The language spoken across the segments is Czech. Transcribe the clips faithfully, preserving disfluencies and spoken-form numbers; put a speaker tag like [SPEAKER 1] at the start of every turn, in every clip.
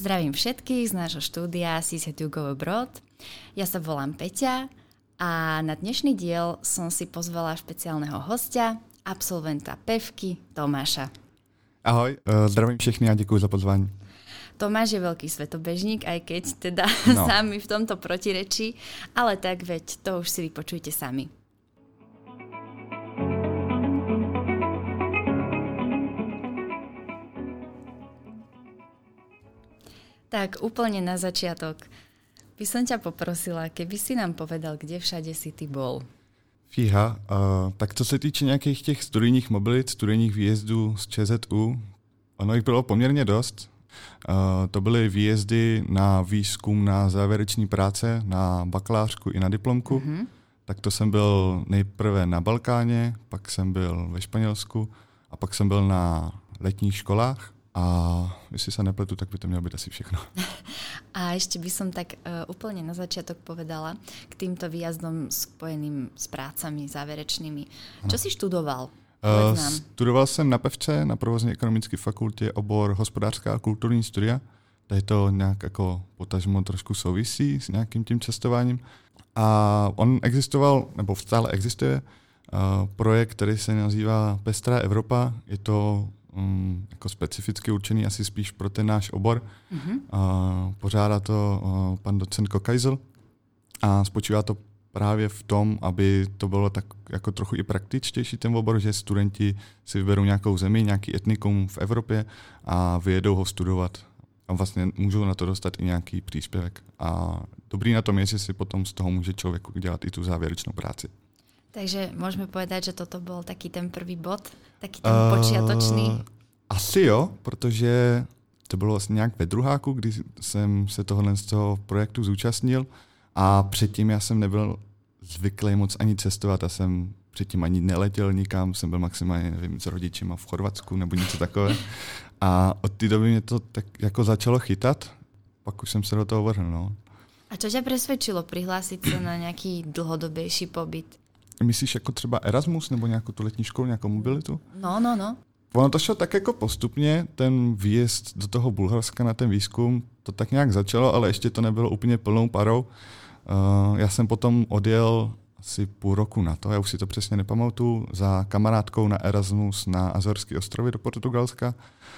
[SPEAKER 1] Zdravím všetkých z nášho štúdia C S E T Jugovo Brod. Ja sa volám Peťa a na dnešný diel som si pozvala špeciálneho hostia, absolventa PEVky Tomáša.
[SPEAKER 2] Ahoj, zdravím všechny a děkuji za pozvání.
[SPEAKER 1] Tomáš je veľký svetobežník, aj keď teda no. sám mi v tomto protirečí, ale tak veď to už si vypočujte sami. Tak úplne na začiatok by som ťa poprosila, keby si nám povedal, kde všade si ty bol.
[SPEAKER 2] Fíha, uh, tak co se týče nějakých těch studijních mobilit, studijních výjezdů z ČZU, ono jich bylo poměrně dost. Uh, to byly výjezdy na výzkum, na závěrečné práce, na bakalářku i na diplomku. Mm-hmm. Tak to jsem byl nejprve na Balkáně, pak jsem byl ve Španělsku a pak jsem byl na letních školách. A jestli sa nepletu, tak by to mělo byť asi všechno.
[SPEAKER 1] A ešte by som tak uh, úplne na začiatok povedala k týmto výjazdom spojeným s prácami záverečnými. Čo ano. si študoval?
[SPEAKER 2] Uh, studoval jsem na PEVce, na provozní ekonomické fakultě, obor hospodářská a kulturní studia. Tady to nějak jako potažmo trošku souvisí s nějakým tím cestováním. A on existoval, nebo stále existuje, uh, projekt, který se nazývá Pestrá Evropa. Je to Um, jako specificky určený asi spíš pro ten náš obor. Mm-hmm. Uh, pořádá to uh, pan docent Kokajzel a spočívá to právě v tom, aby to bylo tak jako trochu i praktičtější ten obor, že studenti si vyberou nějakou zemi, nějaký etnikum v Evropě a vyjedou ho studovat a vlastně můžou na to dostat i nějaký příspěvek. A dobrý na tom je, že si potom z toho může člověk udělat i tu závěrečnou práci.
[SPEAKER 1] Takže môžeme povedať, že toto bol taký ten prvý bod, taký ten uh, počiatočný.
[SPEAKER 2] Asi jo, protože to bylo vlastně nějak ve druháku, kdy jsem se tohohle z toho projektu zúčastnil a předtím já jsem nebyl zvyklý moc ani cestovat a jsem předtím ani neletěl nikam, jsem byl maximálně, nevím, s rodičima v Chorvatsku nebo něco takové. A od té doby mě to tak jako začalo chytat, pak už jsem se do toho vrhnul. No.
[SPEAKER 1] A čo ťa presvedčilo prihlásit se na nějaký dlhodobější pobyt?
[SPEAKER 2] Myslíš jako třeba Erasmus nebo nějakou tu letní školu, nějakou mobilitu?
[SPEAKER 1] No, no, no.
[SPEAKER 2] Ono to šlo tak jako postupně, ten výjezd do toho Bulharska na ten výzkum, to tak nějak začalo, ale ještě to nebylo úplně plnou parou. Uh, já jsem potom odjel asi půl roku na to, já už si to přesně nepamatuju, za kamarádkou na Erasmus na Azorské ostrovy do Portugalska.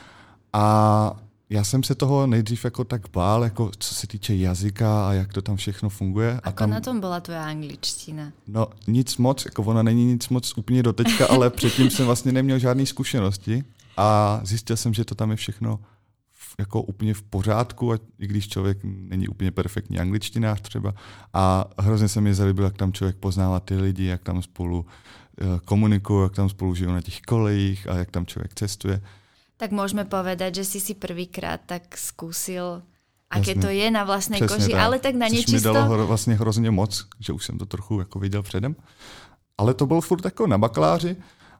[SPEAKER 2] A já jsem se toho nejdřív jako tak bál, jako co se týče jazyka a jak to tam všechno funguje.
[SPEAKER 1] Ako
[SPEAKER 2] a tam,
[SPEAKER 1] na tom byla tvoja angličtina?
[SPEAKER 2] No nic moc, jako ona není nic moc úplně do teďka, ale předtím jsem vlastně neměl žádné zkušenosti a zjistil jsem, že to tam je všechno jako úplně v pořádku, a i když člověk není úplně perfektní angličtinář třeba. A hrozně se mi zalíbilo, jak tam člověk poznává ty lidi, jak tam spolu komunikují, jak tam spolu žijou na těch kolejích a jak tam člověk cestuje.
[SPEAKER 1] Tak môžeme povedať, že si si prvýkrát tak skúsil, aké to je na vlastnej koži, tak. Ale tak na nečisto.
[SPEAKER 2] Což mi dalo hro, vlastně hrozně moc, že už jsem to trochu jako viděl předem. Ale to bylo furt jako na bakaláři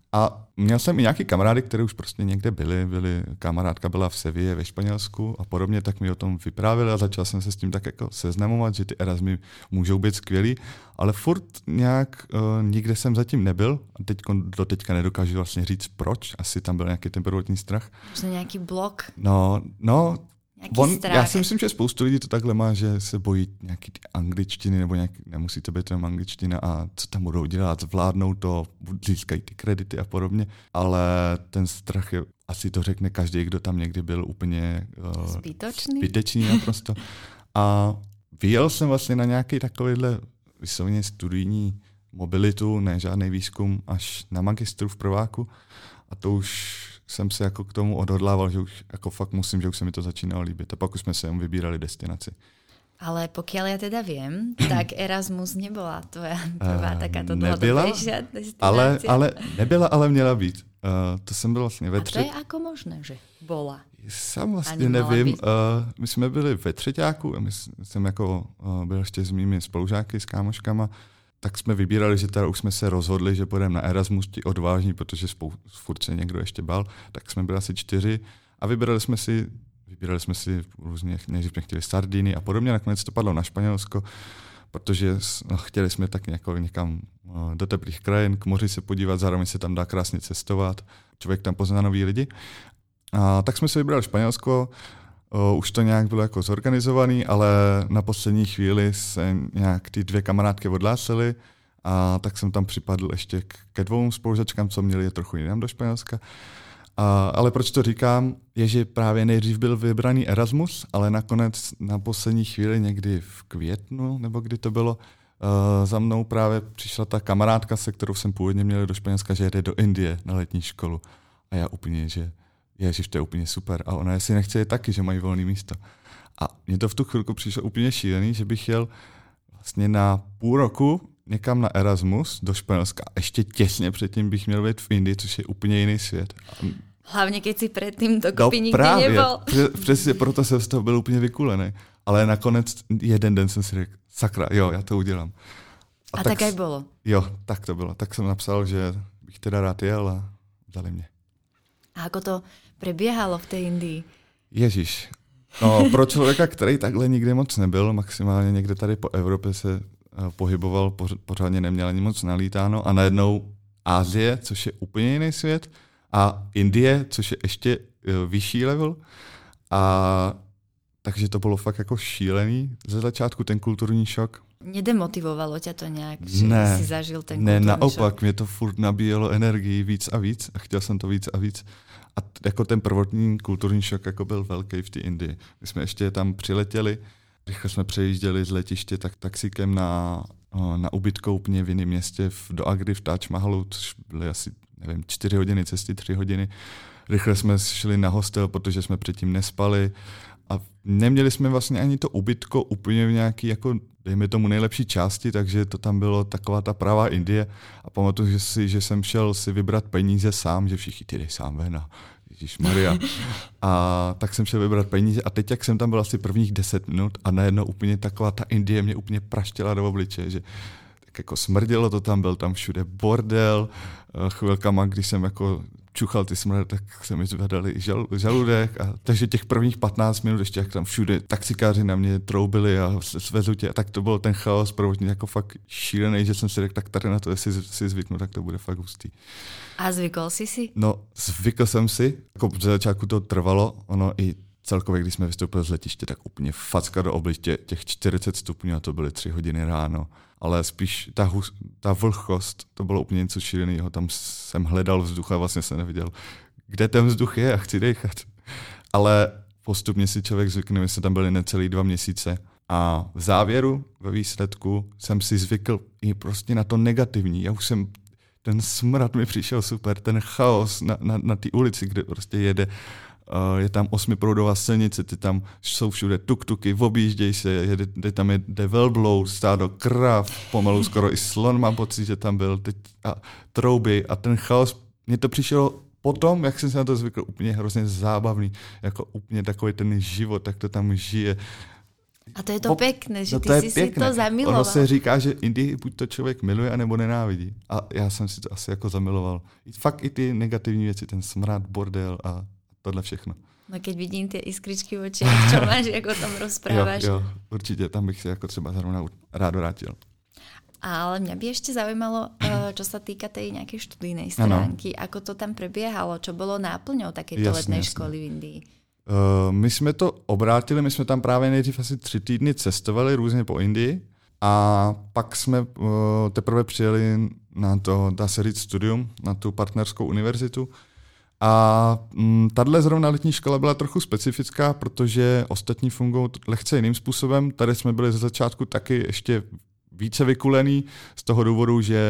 [SPEAKER 2] a měl jsem i nějaký kamarády, které už prostě někde byly. byly. Kamarádka byla v Seville ve Španělsku a podobně, tak mi o tom vyprávěli a začal jsem se s tím tak jako seznamovat, že ty Erasmy můžou být skvělý, ale furt nějak uh, nikde jsem zatím nebyl a teď do teďka nedokážu vlastně říct proč, asi tam byl nějaký ten prvotní strach.
[SPEAKER 1] Možná nějaký blok?
[SPEAKER 2] No, no, on, já si myslím, že spoustu lidí to takhle má, že se bojí nějaký ty angličtiny, nebo nějaký, nemusí to být jenom angličtina a co tam budou dělat, zvládnou to, získají ty kredity a podobně, ale ten strach je, asi to řekne každý, kdo tam někdy byl úplně uh,
[SPEAKER 1] zbytočný,
[SPEAKER 2] zbytečný naprosto. A vyjel jsem vlastně na nějaký takovýhle vysloveně studijní mobilitu, ne žádný výzkum, až na magistru v prváku a to už jsem se jako k tomu odhodlával, že už jako fakt musím, že už se mi to začínalo líbit. A pak už jsme se jen vybírali destinaci.
[SPEAKER 1] Ale pokiaľ ja teda viem, tak Erasmus nebola tvoja prvá takáto dlhodobejšia destinácia.
[SPEAKER 2] Ale, ale nebyla, ale měla být. Uh, to jsem byl vlastně ve třetí.
[SPEAKER 1] A to je ako možné, že bola?
[SPEAKER 2] Sam vlastně nevím. Uh, my jsme byli ve třetíku a my jsem jako uh, byl ještě s mými spolužáky, s kámoškama, tak jsme vybírali, že teda už jsme se rozhodli, že půjdeme na Erasmus, ti odvážní, protože spou- furt se někdo ještě bál, tak jsme byli asi čtyři a vybrali jsme si, vybírali jsme si různě, nejdřív jsme chtěli Sardiny a podobně, nakonec to padlo na Španělsko, protože no, chtěli jsme tak jako někam uh, do teplých krajin, k moři se podívat, zároveň se tam dá krásně cestovat, člověk tam pozná nový lidi. A tak jsme si vybrali Španělsko. Uh, už to nějak bylo jako zorganizovaný, ale na poslední chvíli se nějak ty dvě kamarádky odhlásily a tak jsem tam připadl ještě ke dvou spolužačkám, co měli je trochu jinam do Španělska. Uh, ale proč to říkám, je, že právě nejdřív byl vybraný Erasmus, ale nakonec na poslední chvíli někdy v květnu, nebo kdy to bylo, uh, za mnou právě přišla ta kamarádka, se kterou jsem původně měl do Španělska, že jede do Indie na letní školu. A já úplně, že ježiš, to je úplně super. A ona jestli nechce je taky, že mají volné místo. A mně to v tu chvilku přišlo úplně šílený, že bych jel vlastně na půl roku někam na Erasmus do Španělska. A ještě těsně předtím bych měl být v Indii, což je úplně jiný svět.
[SPEAKER 1] Hlavně, keď si předtím to
[SPEAKER 2] no,
[SPEAKER 1] nikdy právě. Nebol.
[SPEAKER 2] Přesně proto jsem z toho byl úplně vykulený. Ale nakonec jeden den jsem si řekl, sakra, jo, já to udělám.
[SPEAKER 1] A, a tak, tak aj bylo.
[SPEAKER 2] Jo, tak to bylo. Tak jsem napsal, že bych teda rád jel a dali mě.
[SPEAKER 1] A ako to prebiehalo v té Indii?
[SPEAKER 2] Ježíš. No, pro člověka, který takhle nikdy moc nebyl, maximálně někde tady po Evropě se pohyboval, pořádně neměl ani moc nalítáno a najednou Asie, což je úplně jiný svět, a Indie, což je ještě vyšší level. A takže to bylo fakt jako šílený ze začátku, ten kulturní šok.
[SPEAKER 1] Nedemotivovalo tě to nějak, že
[SPEAKER 2] ne,
[SPEAKER 1] jsi zažil ten
[SPEAKER 2] ne,
[SPEAKER 1] kulturní
[SPEAKER 2] naopak,
[SPEAKER 1] šok?
[SPEAKER 2] Mě to furt nabíjelo energii víc a víc a chtěl jsem to víc a víc. A t- jako ten prvotní kulturní šok jako byl velký v té Indii. My jsme ještě tam přiletěli, rychle jsme přejížděli z letiště tak taxíkem na, na ubytko úplně v jiném městě v, do Agry v Taj Mahalu, což byly asi nevím, čtyři hodiny cesty, tři hodiny. Rychle jsme šli na hostel, protože jsme předtím nespali a neměli jsme vlastně ani to ubytko úplně v nějaký, jako dejme tomu nejlepší části, takže to tam bylo taková ta pravá Indie a pamatuju si, že jsem šel si vybrat peníze sám, že všichni ty jdej sám ven a ježišmarja. A tak jsem šel vybrat peníze a teď, jak jsem tam byl asi prvních deset minut a najednou úplně taková ta Indie mě úplně praštěla do obličeje, že tak jako smrdělo to tam, byl tam všude bordel, chvilkama, když jsem jako čuchal ty smrdy, tak se mi zvedali žal, žaludek. A, takže těch prvních patnáct minut, ještě jak tam všude taxikáři na mě troubili a svezu tě, tak to byl ten chaos prvotní jako fakt šílený, že jsem si řekl, tak tady na to, jestli si zvyknu, tak to bude fakt hustý.
[SPEAKER 1] A zvykl jsi si?
[SPEAKER 2] No, zvykl jsem si, jako v začátku to trvalo, ono i celkově, když jsme vystoupili z letiště, tak úplně facka do obliště, těch čtyřicet stupňů a to byly tři hodiny ráno. Ale spíš ta, hus, ta vlhkost, to bylo úplně něco šíleného. Tam jsem hledal vzduch a vlastně jsem neviděl, kde ten vzduch je a chci dechat. Ale postupně si člověk zvykne, my jsme tam byli necelý dva měsíce a v závěru, ve výsledku, jsem si zvykl i prostě na to negativní. Já už jsem, ten smrad mi přišel super, ten chaos na, na, na té ulici, kde prostě jede, je tam osmiproudová silnice, ty tam jsou všude tuk-tuky, objížděj se, jede, jde tam jde velbloud, stádo krav, pomalu skoro i slon, mám pocit, že tam byl, teď, a trouby a ten chaos, mně to přišlo potom, jak jsem se na to zvykl, úplně hrozně zábavný, jako úplně takový ten život, tak to tam žije.
[SPEAKER 1] A to je to po, pěkné, že
[SPEAKER 2] no
[SPEAKER 1] ty
[SPEAKER 2] to
[SPEAKER 1] jsi
[SPEAKER 2] pěkné.
[SPEAKER 1] si to zamiloval.
[SPEAKER 2] Ono se říká, že Indii buď to člověk miluje, anebo nenávidí. A já jsem si to asi jako zamiloval. Fakt i ty negativní věci, ten smrad, bordel a tohle všechno.
[SPEAKER 1] No keď vidím ty iskričky v očiach, čo máš, jak o tom rozpráváš.
[SPEAKER 2] Jo, jo, určitě, tam bych se jako třeba zrovna rád vrátil.
[SPEAKER 1] Ale mňa by ešte zaujímalo, čo sa týka tej nejakej študijnej stránky, ano. Ako to tam prebiehalo, čo bolo náplňou takéto letnej školy v Indii?
[SPEAKER 2] Uh, my jsme to obrátili, my jsme tam právě nejdřív asi tři týdny cestovali různě po Indii a pak jsme uh, teprve přijeli na to, dá se říct, studium, na tu partnerskou univerzitu. A m, tahle zrovna letní škola byla trochu specifická, protože ostatní fungují lehce jiným způsobem. Tady jsme byli ze začátku taky ještě více vykulený z toho důvodu, že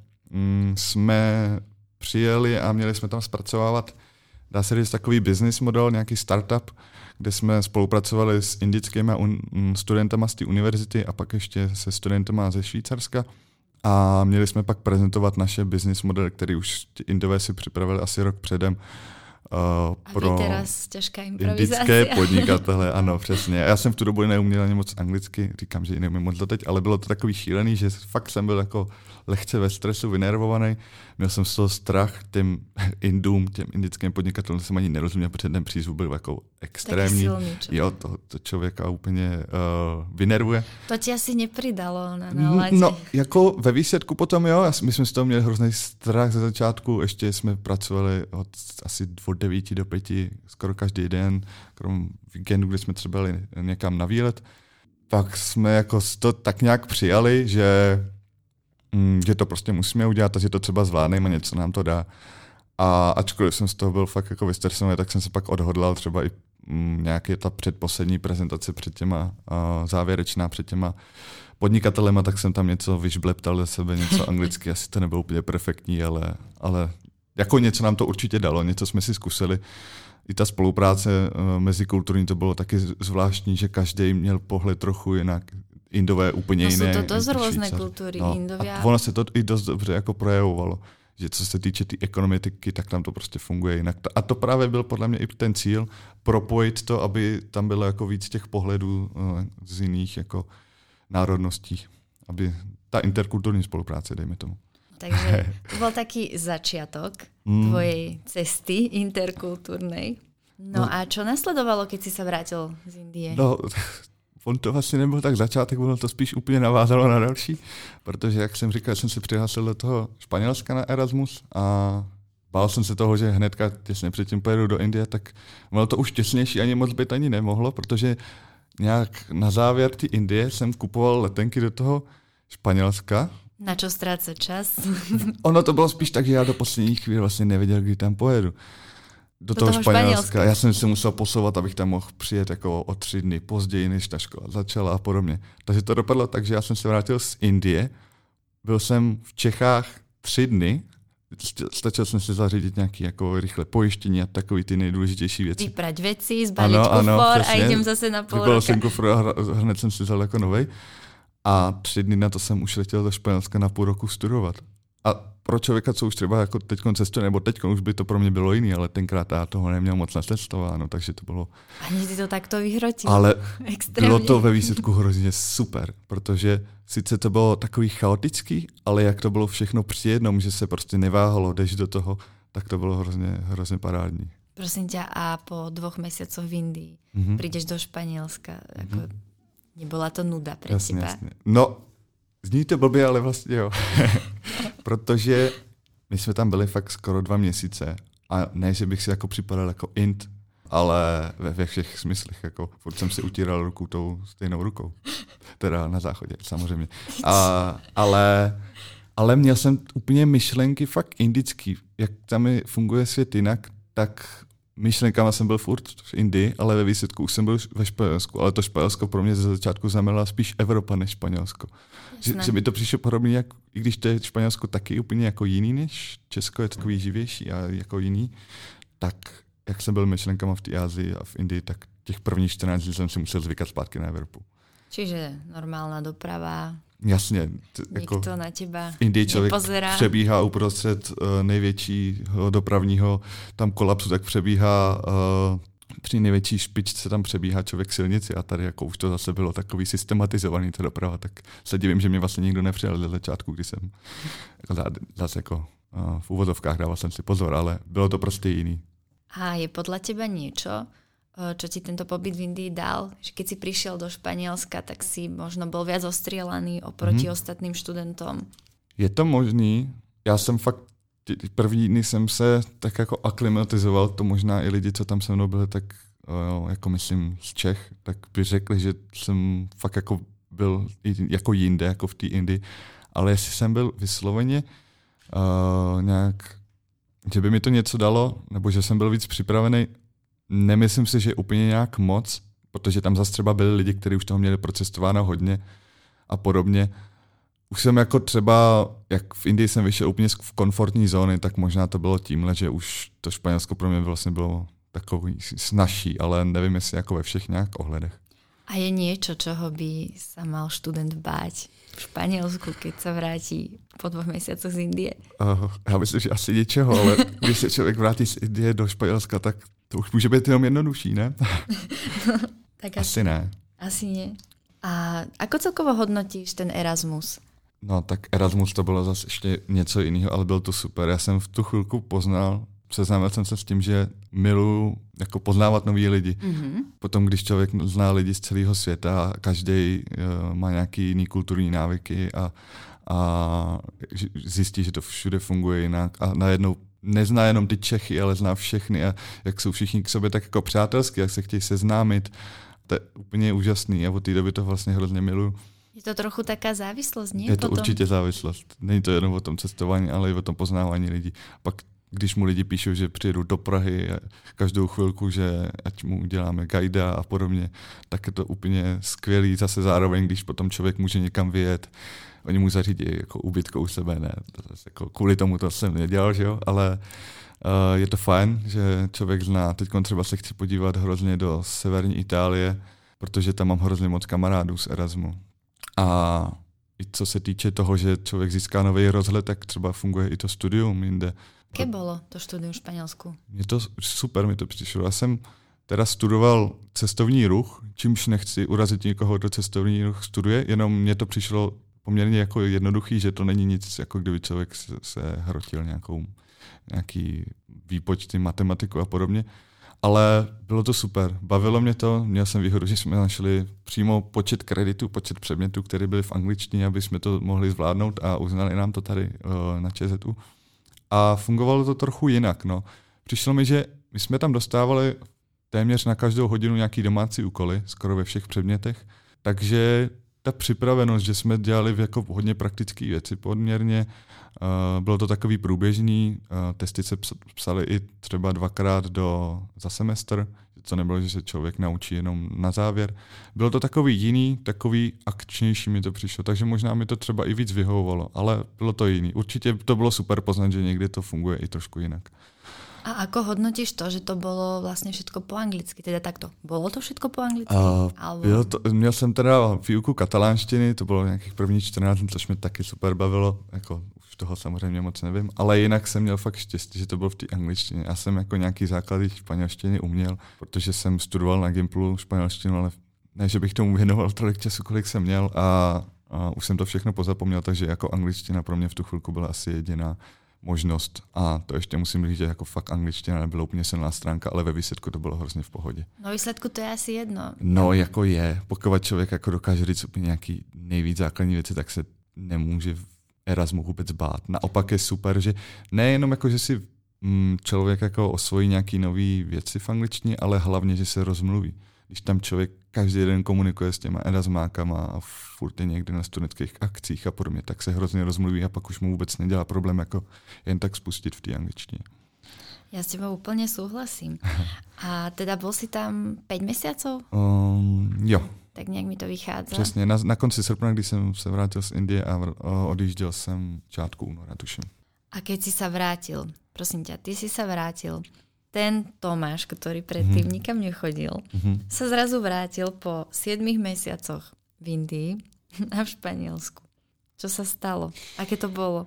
[SPEAKER 2] m, jsme přijeli a měli jsme tam zpracovávat, dá se říct, takový business model, nějaký startup, kde jsme spolupracovali s indickými un, studentama z té univerzity a pak ještě se studentama ze Švýcarska. A měli jsme pak prezentovat naše business modely, který už ti Indové si připravili asi rok předem. Uh, pro
[SPEAKER 1] teraz těžká improvizace.
[SPEAKER 2] Indické podnikatele, ano, přesně. Já jsem v tu dobu neuměl ani moc anglicky, říkám, že ji neumím moc teď, ale bylo to takový šílený, že fakt jsem byl jako lehce ve stresu, vynervovaný. Měl jsem z toho strach těm Indům, těm indickým podnikatelům, jsem ani nerozuměl, protože ten přízvuk byl jako extrémní.
[SPEAKER 1] Silný,
[SPEAKER 2] jo, to, to člověka úplně uh, vynervuje.
[SPEAKER 1] To ti asi nepridalo na náladě.
[SPEAKER 2] No, jako ve výsledku potom, jo, my jsme z toho měli hrozný strach ze začátku, ještě jsme pracovali od asi dvou od devíti do pěti skoro každý den, krom víkendu, kdy jsme třeba jeli někam na výlet. Tak jsme jako to tak nějak přijali, že, mm, že to prostě musíme udělat a že to třeba zvládneme a něco nám to dá. A ačkoliv jsem z toho byl fakt jako vystresovaný, tak jsem se pak odhodlal třeba i mm, nějaký ta předposlední prezentace před těma, uh, závěrečná před těma podnikatelema, tak jsem tam něco vyžbleptal ze sebe, něco anglicky, asi to nebylo úplně perfektní, ale, ale jako něco nám to určitě dalo, něco jsme si zkusili. I ta spolupráce uh, mezikulturní, to bylo taky zvláštní, že každý měl pohled trochu jinak, Indové úplně
[SPEAKER 1] no,
[SPEAKER 2] jiné.
[SPEAKER 1] Jsou to dost různé kultury,
[SPEAKER 2] no,
[SPEAKER 1] Indovia.
[SPEAKER 2] A ono se to i dost dobře jako projevovalo, že co se týče té ty ekonomiky, tak tam to prostě funguje jinak. A to právě byl podle mě i ten cíl, propojit to, aby tam bylo jako víc těch pohledů uh, z jiných jako národností, aby ta interkulturní spolupráce, dejme tomu.
[SPEAKER 1] Takže to byl taký začiatok mm. tvojej cesty interkulturnej. No, no a čo nasledovalo, keď si se vrátil z Indie?
[SPEAKER 2] No, on to vlastně nebyl tak začátek, ono to spíš úplně navázalo na další, protože, jak jsem říkal, jsem se přihlásil do toho Španělska na Erasmus a bál jsem se toho, že hnedka těsně předtím pojedu do Indie, tak bylo to už těsnější, ani moc být ani nemohlo, protože nějak na závěr té Indie jsem kupoval letenky do toho Španělska.
[SPEAKER 1] Na čo ztrácet čas?
[SPEAKER 2] Ono to bylo spíš tak, že já do poslední chvíle vlastně nevěděl, kdy tam pojedu. Do, do toho, toho Španělska. Španělska. Já jsem se musel posouvat, abych tam mohl přijet jako o tři dny později, než ta škola začala a podobně. Takže to dopadlo tak, že já jsem se vrátil z Indie, byl jsem v Čechách tři dny, stačil jsem si zařídit nějaké jako rychle pojištění a takový ty nejdůležitější věci.
[SPEAKER 1] Vyprať věci, zbalit kufor a jdem zase na půl roka.
[SPEAKER 2] Vybalil jsem kufr a hned jsem si vzal jako novej. A tři dny na to jsem už letěl do Španělska na půl roku studovat. A pro člověka, co už třeba jako teďkon cestuje, nebo teďkon už by to pro mě bylo jiný, ale tenkrát já toho neměl moc nacestováno, takže to bylo...
[SPEAKER 1] Ani ty to takto vyhrotil.
[SPEAKER 2] Ale
[SPEAKER 1] extrémně.
[SPEAKER 2] Bylo to ve výsledku hrozně super, protože sice to bylo takový chaotický, ale jak to bylo všechno při jednom, že se prostě neváhalo, jdeš do toho, tak to bylo hrozně, hrozně parádní.
[SPEAKER 1] Prosím tě, a po dvoch měsících v Indii mm-hmm. přijdeš do Španělska, jako... Mm-hmm. Nebyla to nuda pro
[SPEAKER 2] jasně,
[SPEAKER 1] teba?
[SPEAKER 2] Jasně. No, zní to blbě, ale vlastně jo. Protože my jsme tam byli fakt skoro dva měsíce a ne, že bych si jako připadal jako Ind, ale ve, ve všech smyslech. Jako, furt jsem si utíral ruku tou stejnou rukou. Teda na záchodě, samozřejmě. A, ale, ale měl jsem úplně myšlenky fakt indický. Jak tam funguje svět jinak, tak... myšlenkama jsem byl furt v Indii, ale ve výsledku už jsem byl ve Španělsku. Ale to Španělsko pro mě ze začátku znamenalo spíš Evropa než Španělsko. Že, že mi to přišlo podobně, jak, i když to je Španělsko taky úplně jako jiný než Česko, je takový živější a jako jiný, tak jak jsem byl myšlenkama v té Asii a v Indii, tak těch prvních čtrnáct dní jsem si musel zvykat zpátky na Evropu.
[SPEAKER 1] Čiže normálna doprava.
[SPEAKER 2] Jasně. T-
[SPEAKER 1] Nikto
[SPEAKER 2] jako
[SPEAKER 1] na teba
[SPEAKER 2] v Indii člověk
[SPEAKER 1] nepozerá.
[SPEAKER 2] Přebíhá uprostřed uh, největšího dopravního tam kolapsu, tak přebíhá uh, při největší špičce tam přebíhá člověk silnici a tady jako už to zase bylo takový systematizovaný ta doprava, tak se divím, že mě vlastně nikdo nepřijal do začátku, když jsem jako zase jako uh, v úvozovkách dával jsem si pozor, ale bylo to prostě jiný.
[SPEAKER 1] A je podľa teba niečo, čo ti tento pobyt v Indii dal? Že keď si prišiel do Španělska, tak si možno byl viac ostrielaný oproti hmm. ostatným študentom?
[SPEAKER 2] Je to možný. Já jsem fakt první dny jsem se tak jako aklimatizoval, to možná i lidi, co tam se mnou byli, tak jako myslím z Čech, tak by řekli, že jsem fakt jako byl jako jinde, jako v té Indii. Ale jestli jsem byl vysloveně uh, nějak, že by mi to něco dalo, nebo že jsem byl víc připravený, nemyslím si, že úplně nějak moc, protože tam zase třeba byli lidi, kteří už toho měli procestováno hodně a podobně. Už jsem jako třeba, jak v Indii jsem vyšel úplně z komfortní zóny, tak možná to bylo tímhle, že už to Španělsko pro mě vlastně bylo takový snažší, ale nevím, jestli jako ve všech nějak ohledech.
[SPEAKER 1] A je niečo, čoho by sa mal študent báť v Španělsku, keď sa vrátí po dvoch mesiacoch z Indie?
[SPEAKER 2] Uh, já myslím, že asi ničeho, ale když se člověk vrátí z Indie do Španělska, tak to už může být jenom jednodušší, ne?
[SPEAKER 1] Tak
[SPEAKER 2] asi, asi ne.
[SPEAKER 1] Asi nie. A ako celkovo hodnotíš ten Erasmus?
[SPEAKER 2] No tak Erasmus to bylo zase ještě něco jiného, ale byl to super. Já jsem v tu chvilku poznal, seznámil jsem se s tím, že miluju jako poznávat nový lidi. Mm-hmm. Potom, když člověk zná lidi z celého světa a každý uh, má nějaký jiný kulturní návyky a, a zjistí, že to všude funguje jinak a najednou nezná jenom ty Čechy, ale zná všechny a jak jsou všichni k sobě tak jako přátelský, jak se chtějí seznámit. To je úplně úžasný a od té doby to vlastně hrozně miluju.
[SPEAKER 1] Je to trochu taká závislost, nie?
[SPEAKER 2] Je to
[SPEAKER 1] potom?
[SPEAKER 2] určitě závislost. Není to jenom o tom cestování, ale i o tom poznávání lidí. Pak když mu lidi píšou, že přijedou do Prahy každou chvilku, že ať mu uděláme guida a podobně, tak je to úplně skvělý. Zase zároveň, když potom člověk může někam vyjet, oni mu zařídí jako ubytko u sebe, ne, to zase jako kvůli tomu to jsem nedělal, že jo, ale uh, je to fajn, že člověk zná. Teď třeba se chci podívat hrozně do severní Itálie, protože tam mám hrozně moc kamarádů z Erasmu. A i co se týče toho, že člověk získá nový rozhled, tak třeba funguje i to studium jinde.
[SPEAKER 1] Jaké bylo to studium v Španělsku?
[SPEAKER 2] Je to super, mi to přišlo. Já jsem teda studoval cestovní ruch, čímž nechci urazit někoho, kdo cestovní ruch studuje, jenom mně to přišlo poměrně jako jednoduchý, že to není nic, jako kdyby člověk se, se hrotil nějakou, nějaký výpočty, matematiku a podobně. Ale bylo to super, bavilo mě to, měl jsem výhodu, že jsme našli přímo počet kreditů, počet předmětů, které byly v angličtině, aby jsme to mohli zvládnout a uznali nám to tady uh, na ČZU. A fungovalo to trochu jinak. No. Přišlo mi, že my jsme tam dostávali téměř na každou hodinu nějaký domácí úkoly, skoro ve všech předmětech, takže ta připravenost, že jsme dělali jako hodně praktické věci poměrně, uh, bylo to takový průběžný, uh, testy se psaly i třeba dvakrát do, za semestr, to nebylo, že se člověk naučí jenom na závěr. Bylo to takový jiný, takový akčnější mi to přišlo, takže možná mi to třeba i víc vyhovovalo, ale bylo to jiný. Určitě to bylo super poznat, že někdy to funguje i trošku jinak.
[SPEAKER 1] A ako hodnotíš to, že to bylo vlastně všetko po anglicky? Teda takto, bylo to všetko po anglicky?
[SPEAKER 2] Uh,
[SPEAKER 1] Albo...
[SPEAKER 2] bylo to, měl jsem teda výuku katalánštiny, to bylo nějakých prvních čtrnáct dní, což mě taky super bavilo, jako už toho samozřejmě moc nevím, ale jinak jsem měl fakt štěstí, že to bylo v té angličtině. Já jsem jako nějaký základy španělštiny uměl, protože jsem studoval na Gimplu španělštinu, ale ne, že bych tomu věnoval tolik času, kolik jsem měl a, a už jsem to všechno pozapomněl, takže jako angličtina pro mě v tu chvilku byla asi jediná možnost. A to ještě musím říct, že jako fakt angličtina nebyla úplně silná stránka, ale ve výsledku to bylo hrozně v pohodě.
[SPEAKER 1] No výsledku to je asi jedno.
[SPEAKER 2] No jako je. Pokud člověk jako dokáže říct úplně nějaký nejvíc základní věci, tak se nemůže v Erasmu vůbec bát. Naopak je super, že nejenom jako, že si mm, člověk jako osvojí nějaký nový věci v angličtině, ale hlavně, že se rozmluví. Když tam člověk každý den komunikuje s těma Erasmákama a furt je někde na studentských akcích a podobně, tak se hrozně rozmluví a pak už mu vůbec nedělá problém jako jen tak spustit v té angličtině.
[SPEAKER 1] Já s tebou úplně souhlasím. A teda byl si tam päť mesiacov?
[SPEAKER 2] Um, jo.
[SPEAKER 1] Tak nějak mi to vychádza.
[SPEAKER 2] Přesně, na, na konci srpna, když jsem se vrátil z Indie a odjížděl jsem čátku února, tuším.
[SPEAKER 1] A keď si sa vrátil, prosím ťa, ty si sa vrátil, ten Tomáš, ktorý predtým mm-hmm. nikam nechodil, mm-hmm. sa zrazu vrátil po siedmich mesiacoch v Indii a v Španielsku. Čo sa stalo? Aké to bolo?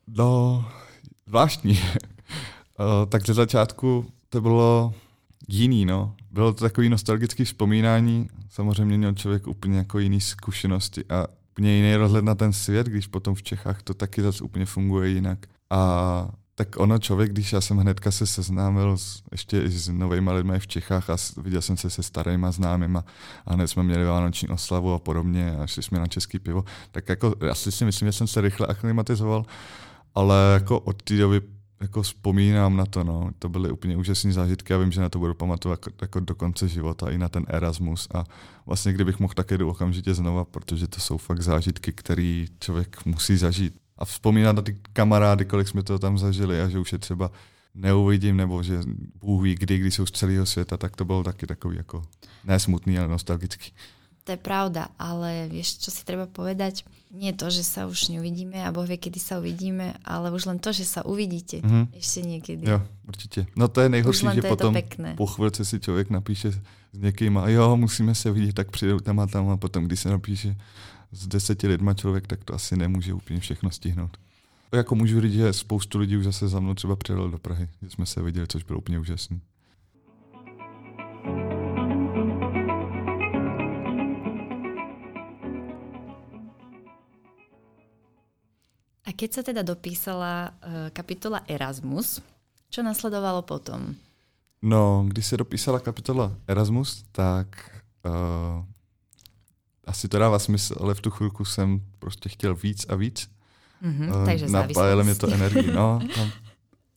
[SPEAKER 2] No, zvláštní. Tak ze začátku to bylo jiný, no. Bylo to takový nostalgický vzpomínání. Samozřejmě měl člověk úplně jako jiný zkušenosti a úplně jiný rozhled na ten svět, když potom v Čechách to taky zase úplně funguje jinak. A tak ono člověk, když já jsem hnedka se seznámil s, ještě s novými lidmi v Čechách a viděl jsem se se starýma známýma a hned jsme měli vánoční oslavu a podobně a šli jsme na český pivo, tak jako já si myslím, že jsem se rychle aklimatizoval, ale jako od té doby jako vzpomínám na to, no. To byly úplně úžasné zážitky a vím, že na to budu pamatovat jako, jako do konce života, i na ten Erasmus a vlastně kdybych mohl, tak jdu okamžitě znova, protože to jsou fakt zážitky, které člověk musí zažít. A vzpomínat na ty kamarády, kolik jsme to tam zažili a že už je třeba neuvidím, nebo že Bůh ví kdy, kdy jsou z celého světa, tak to bylo taky takový jako ne smutný, ale nostalgický.
[SPEAKER 1] To je pravda, ale vieš, čo si treba povedať? Nie to, že sa už neuvidíme a Boh vie, kedy sa uvidíme, ale už len to, že sa uvidíte mm-hmm. ešte niekedy.
[SPEAKER 2] Jo, určitě. No to je nejhorší, že potom po chvilce si člověk napíše s někým a jo, musíme se vidět, tak přijde tam a tam a potom, když se napíše s deseti lidma člověk, tak to asi nemůže úplně všechno stihnout. Jako můžu říct, že spoustu lidí už zase za mnou třeba přijelo do Prahy, že jsme se viděli, což bylo úplně úžasný.
[SPEAKER 1] A keď sa teda dopísala uh, kapitola Erasmus, čo nasledovalo potom?
[SPEAKER 2] No, když se dopísala kapitola Erasmus, tak uh, asi to dává smysl, ale v tu chvilku jsem prostě chtěl víc a víc.
[SPEAKER 1] Mm-hmm, uh, takže
[SPEAKER 2] napájelo mě to energii. No, tam,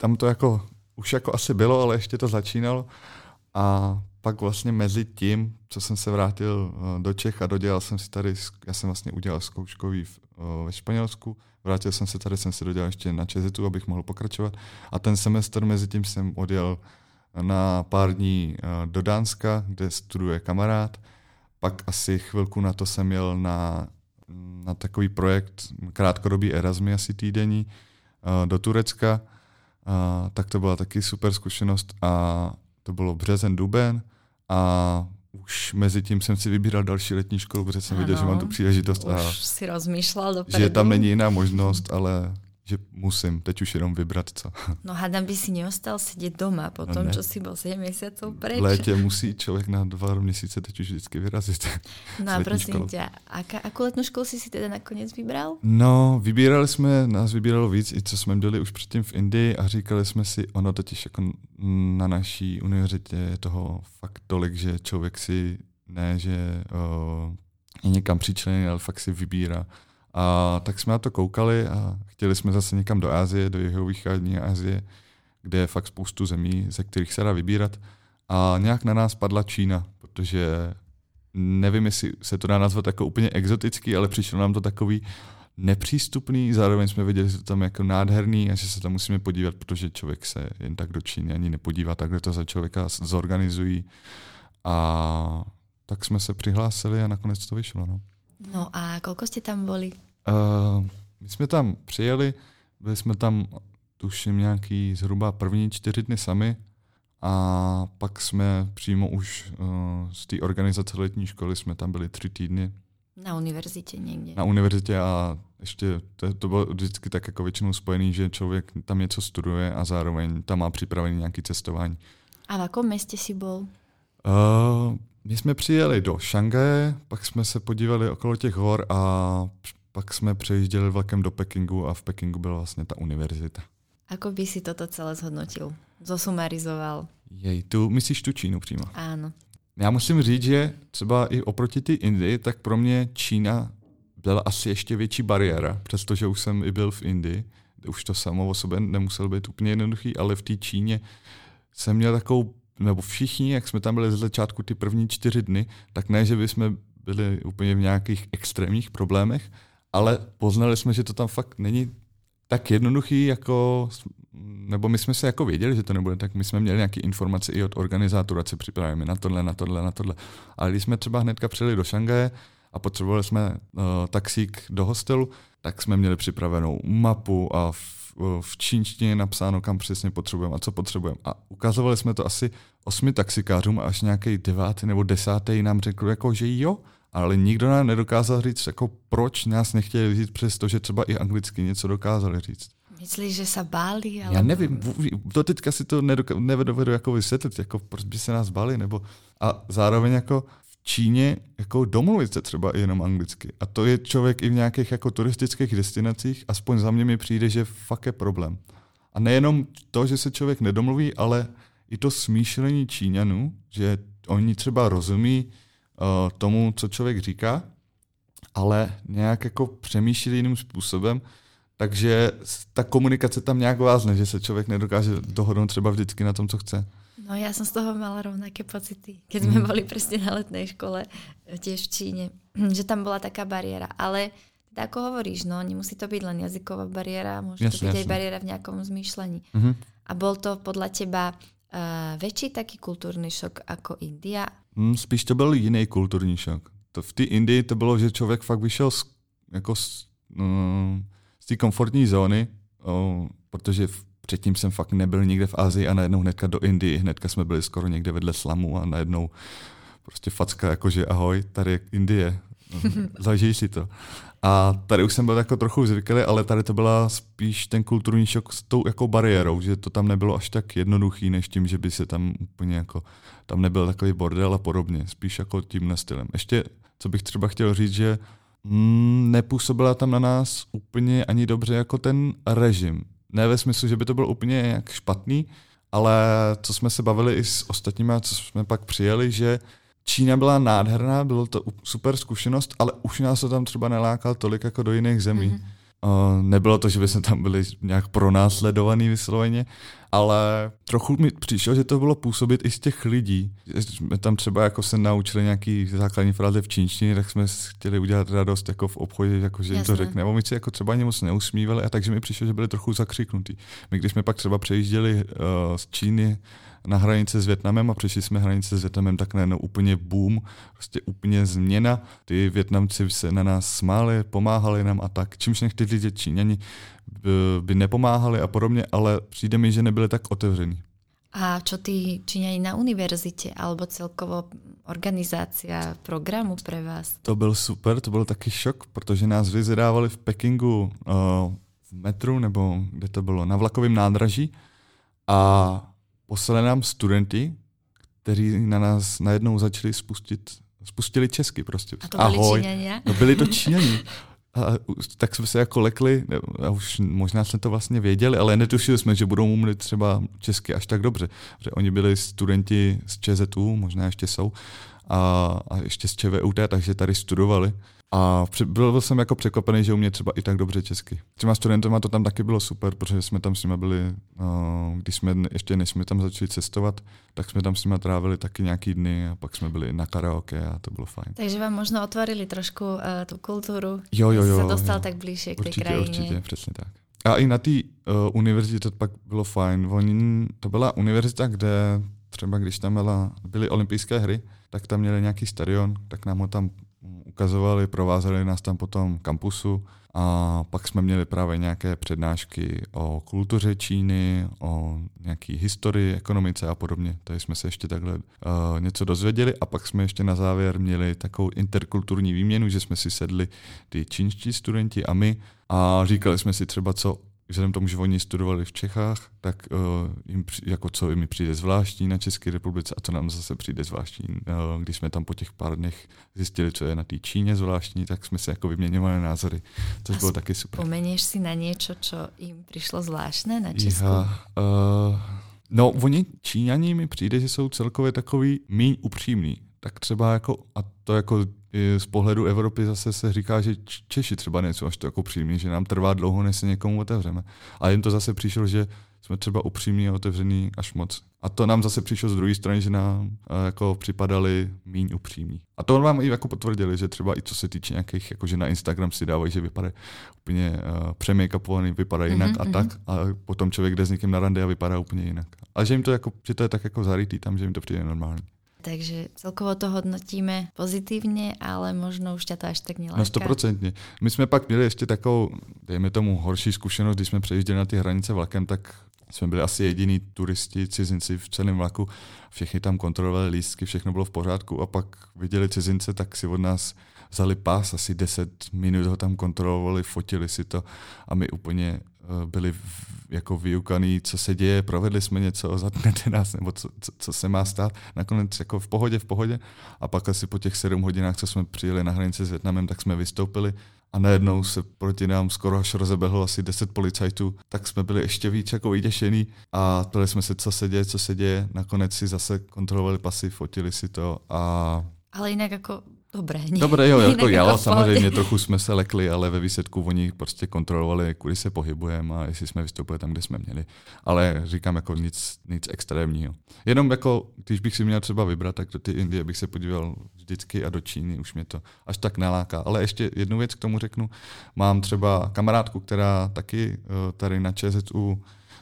[SPEAKER 2] tam to jako, už jako asi bylo, ale ještě to začínalo. A pak vlastně mezi tím, co jsem se vrátil do Čech a dodělal jsem si tady, já jsem vlastně udělal zkouškový ve Španělsku, vrátil jsem se tady, jsem si dodělal ještě na ČEZitu, abych mohl pokračovat. A ten semestr mezi tím jsem odjel na pár dní do Dánska, kde studuje kamarád. Pak asi chvilku na to jsem jel na, na takový projekt, krátkodobý Erasmy, asi týdenní, do Turecka. Tak to byla taky super zkušenost a to bylo březen, duben a už mezi tím jsem si vybíral další letní školu, protože jsem ano, viděl, že mám tu příležitost.
[SPEAKER 1] Už
[SPEAKER 2] a
[SPEAKER 1] si rozmýšlel dopredu.
[SPEAKER 2] Že tam není jiná možnost, ale že musím teď už jenom vybrat, co.
[SPEAKER 1] No hádam by si neostal sedět doma po tom,
[SPEAKER 2] no
[SPEAKER 1] čo si bol sedem měsíců preč.
[SPEAKER 2] V létě musí člověk na dva měsíce teď už vždycky vyrazit.
[SPEAKER 1] No a prosím tě, jakou letnou školu si si teda nakonec vybral?
[SPEAKER 2] No, vybírali jsme, nás vybíralo víc, i co jsme byli už předtím v Indii a říkali jsme si, ono totiž jako na naší univerzitě je toho fakt tolik, že člověk si ne, že o, je někam přičleněný, ale fakt si vybírá. A tak jsme na to koukali a chtěli jsme zase někam do Asie, do jihovýchodní Asie, kde je fakt spoustu zemí, ze kterých se dá vybírat. A nějak na nás padla Čína, protože nevím, jestli se to dá nazvat jako úplně exotický, ale přišlo nám to takový nepřístupný, zároveň jsme viděli, že to tam je jako nádherný a že se tam musíme podívat, protože člověk se jen tak do Číny ani nepodívá, takhle to za člověka zorganizují. A tak jsme se přihlásili a nakonec to vyšlo. No.
[SPEAKER 1] No a kolko jste tam byli?
[SPEAKER 2] Uh, my jsme tam přijeli, byli jsme tam tuším nějaký zhruba první čtyři dny sami a pak jsme přímo už uh, z té organizace letní školy jsme tam byli tři týdny.
[SPEAKER 1] Na univerzitě někde?
[SPEAKER 2] Na univerzitě a ještě to, to bylo vždycky tak jako většinou spojený, že člověk tam něco studuje a zároveň tam má připravený nějaké cestování.
[SPEAKER 1] A v jakém městě jsi byl?
[SPEAKER 2] Uh, my jsme přijeli do Šanghaje, pak jsme se podívali okolo těch hor a pak jsme přejížděli vlakem do Pekingu a v Pekingu byla vlastně ta univerzita.
[SPEAKER 1] Ako by si toto celé zhodnotil? Zosumarizoval?
[SPEAKER 2] Jej, tu myslíš tu Čínu přímo?
[SPEAKER 1] Áno.
[SPEAKER 2] Já musím říct, že třeba i oproti té Indii, tak pro mě Čína byla asi ještě větší bariéra, přestože už jsem i byl v Indii, už to samo o sobě nemuselo být úplně jednoduchý, ale v té Číně jsem měl takovou, nebo všichni, jak jsme tam byli ze začátku ty první čtyři dny, tak ne, že bychom byli úplně v nějakých extrémních problémech, ale poznali jsme, že to tam fakt není tak jednoduchý, jako, nebo my jsme se jako věděli, že to nebude, tak my jsme měli nějaké informace i od organizátora, ať se připravíme na tohle, na tohle, na tohle. Ale když jsme třeba hnedka přijeli do Šanghaje a potřebovali jsme uh, taxík do hostelu, tak jsme měli připravenou mapu a v, uh, v čínštině napsáno, kam přesně potřebujeme a co potřebujeme. A ukazovali jsme to asi osmi taxikářům a až nějaký devátý nebo desátý nám řekl, jako, že jo, ale nikdo nám nedokázal říct, jako proč nás nechtěli říct, přestože třeba i anglicky něco dokázali říct.
[SPEAKER 1] Myslíš, že se báli? Ale...
[SPEAKER 2] Já nevím, to teďka si to nedoka- nedovedu jako vysvětlit, jako proč by se nás báli, nebo a zároveň jako v Číně jako domluvit se třeba i jenom anglicky. A to je člověk i v nějakých jako turistických destinacích, aspoň za mě mi přijde, že fakt je problém. A nejenom to, že se člověk nedomluví, ale i to smýšlení Číňanů, že oni třeba rozumí uh, tomu, co člověk říká, ale nějak jako přemýšlí jiným způsobem, takže ta komunikace tam nějak vázne, že se člověk nedokáže dohodnout třeba vždycky na tom, co chce.
[SPEAKER 1] No já jsem z toho mala rovnaké pocity, keď jsme mm. boli presne na letnej škole, tiež v Číne, že tam bola taká bariéra. Ale teda ako hovoríš, no nemusí to byť len jazyková bariéra, môže jasne, to byť jasne. Aj bariéra v nejakom zmýšľaní. Mm-hmm. A bol to podľa teba uh, väčší taký kultúrny šok ako India?
[SPEAKER 2] Mm, spíš to byl jiný kulturní šok. To v té Indii to bylo, že člověk fakt vyšel z, jako z, um, z té komfortní zóny, oh, protože v, předtím jsem fakt nebyl nikde v Asii a najednou hnedka do Indii, hnedka jsme byli skoro někde vedle slamu a najednou prostě facka jakože ahoj, tady je Indie, zažij si to. A tady už jsem byl jako trochu zvyklý, ale tady to byla spíš ten kulturní šok s tou jako bariérou, že to tam nebylo až tak jednoduchý, než tím, že by se tam úplně jako, tam nebyl takový bordel a podobně, spíš jako tímhle stylem. Ještě, co bych třeba chtěl říct, že mm, nepůsobila tam na nás úplně ani dobře jako ten režim. Ne ve smyslu, že by to bylo úplně jak špatný, ale co jsme se bavili i s ostatními, co jsme pak přijeli, že Čína byla nádherná, bylo to super zkušenost, ale už nás to tam třeba nelákal tolik jako do jiných zemí. Mm-hmm. Uh, nebylo to, že by jsme tam byli nějak pronásledovaný vysloveně, ale trochu mi přišlo, že to bylo působit i z těch lidí. Jsme tam třeba jako se naučili nějaký základní fráze v čínštině, tak jsme chtěli udělat radost jako v obchodě, jako že jim to řekne. Nebo my si jako třeba ani moc neusmívali, a takže mi přišlo, že byli trochu zakřiknutí. My když jsme pak třeba přejížděli uh, z Číny na hranice s Vietnamem a přišli jsme hranice s Vietnamem, tak najednou úplně boom, prostě úplně změna. Ty Vietnamci se na nás smáli, pomáhali nám a tak. Čímž nechtěli lidi Číňani by, by nepomáhali a podobně, ale přijde mi, že nebyli tak otevření.
[SPEAKER 1] A čo tí Číňani na univerzitě, alebo celkovo organizácia programu pre vás?
[SPEAKER 2] To byl super, to byl taky šok, protože nás vyzvedávali v Pekingu uh, v metru, nebo kde to bylo, na vlakovém nádraží a poslali nám studenti, kteří na nás najednou začali spustit, spustili česky prostě.
[SPEAKER 1] A to byli
[SPEAKER 2] Ahoj.
[SPEAKER 1] Číňani?
[SPEAKER 2] No byli to Číňani. A tak jsme se jako lekli, a už možná jsme to vlastně věděli, ale netušili jsme, že budou mluvit třeba česky až tak dobře. Protože oni byli studenti z ČZU, možná ještě jsou, a, a ještě z ČVUT, takže tady studovali. A byl jsem jako překvapený, že umě třeba i tak dobře česky. S těma studentama to tam taky bylo super, protože jsme tam s nimi byli, když jsme ještě než jsme tam začali cestovat, tak jsme tam s nimi trávili taky nějaký dny a pak jsme byli na karaoke a to bylo fajn.
[SPEAKER 1] Takže vám možno otvorili trošku uh, tu kulturu,
[SPEAKER 2] jo, jo, jo,
[SPEAKER 1] se dostal
[SPEAKER 2] jo.
[SPEAKER 1] tak blíže k
[SPEAKER 2] určitě,
[SPEAKER 1] té krajině.
[SPEAKER 2] Určitě, přesně tak. A i na té uh, univerzitě to pak bylo fajn. Oni, to byla univerzita, kde třeba když tam byla, byly olympijské hry, tak tam měli nějaký stadion, tak nám ho tam ukazovali, provázeli nás tam po tom kampusu a pak jsme měli právě nějaké přednášky o kultuře Číny, o nějaké historii, ekonomice a podobně. Tady jsme se ještě takhle uh, něco dozvěděli a pak jsme ještě na závěr měli takovou interkulturní výměnu, že jsme si sedli ty čínští studenti a my a říkali jsme si třeba, co vzhledem tomu, že oni studovali v Čechách, tak uh, jim při, jako co jim přijde zvláštní na České republice a co nám zase přijde zvláštní. Uh, když jsme tam po těch pár dnech zjistili, co je na té Číně zvláštní, tak jsme si jako vyměňovali názory, což a bylo taky super.
[SPEAKER 1] Vzpomenieš si na něco, co jim přišlo zvláštné na Česku?
[SPEAKER 2] Ja, uh, no, oni Číňani mi přijde, že jsou celkově takový míň upřímný. Tak třeba jako, a to jako z pohledu Evropy zase se říká, že Češi třeba nejsou až to jako upřímní, že nám trvá dlouho, než se někomu otevřeme. A jim to zase přišlo, že jsme třeba upřímní a otevření až moc. A to nám zase přišlo z druhé strany, že nám jako připadali míň upřímní. A to vám i jako potvrdili, že třeba i co se týče nějakých, jako že na Instagram si dávají, že vypadá úplně uh, přemakeupovaný, vypadá jinak mm-hmm, a tak. A potom člověk jde s někým na rande a vypadá úplně jinak. A že jim to jako, že to je tak jako zarytý tam, že jim to přijde normální.
[SPEAKER 1] Takže celkovo to hodnotíme pozitivně, ale možno už ťa to až tak neláká.
[SPEAKER 2] No stoprocentně. My jsme pak měli ještě takovou, dejme tomu, horší zkušenost, když jsme přejížděli na ty hranice vlakem, tak jsme byli asi jediní turisti, cizinci v celém vlaku. Všichni tam kontrolovali lístky, všechno bylo v pořádku a pak viděli cizince, tak si od nás vzali pás, asi deset minut ho tam kontrolovali, fotili si to a my úplně byli jako vyukaný, co se děje, provedli jsme něco, zatnete nás, nebo co, co, co se má stát. Nakonec jako v pohodě, v pohodě. A pak asi po těch sedm hodinách, co jsme přijeli na hranici s Vietnamem, tak jsme vystoupili a najednou se proti nám skoro až rozeběhlo asi deset policajtů, tak jsme byli ještě víc jako vyděšený a ptali jsme se, co se děje, co se děje. Nakonec si zase kontrolovali pasy, fotili si to a...
[SPEAKER 1] Ale jinak jako dobré. Ne?
[SPEAKER 2] Dobré, jo, jako jo, samozřejmě trochu jsme se lekli, ale ve výsledku oni prostě kontrolovali, kudy se pohybujeme a jestli jsme vystoupili tam, kde jsme měli. Ale říkám jako nic, nic extrémního. Jenom jako, když bych si měl třeba vybrat, tak do ty Indie bych se podíval vždycky a do Číny už mě to až tak naláká. Ale ještě jednu věc k tomu řeknu. Mám třeba kamarádku, která taky tady na ČZU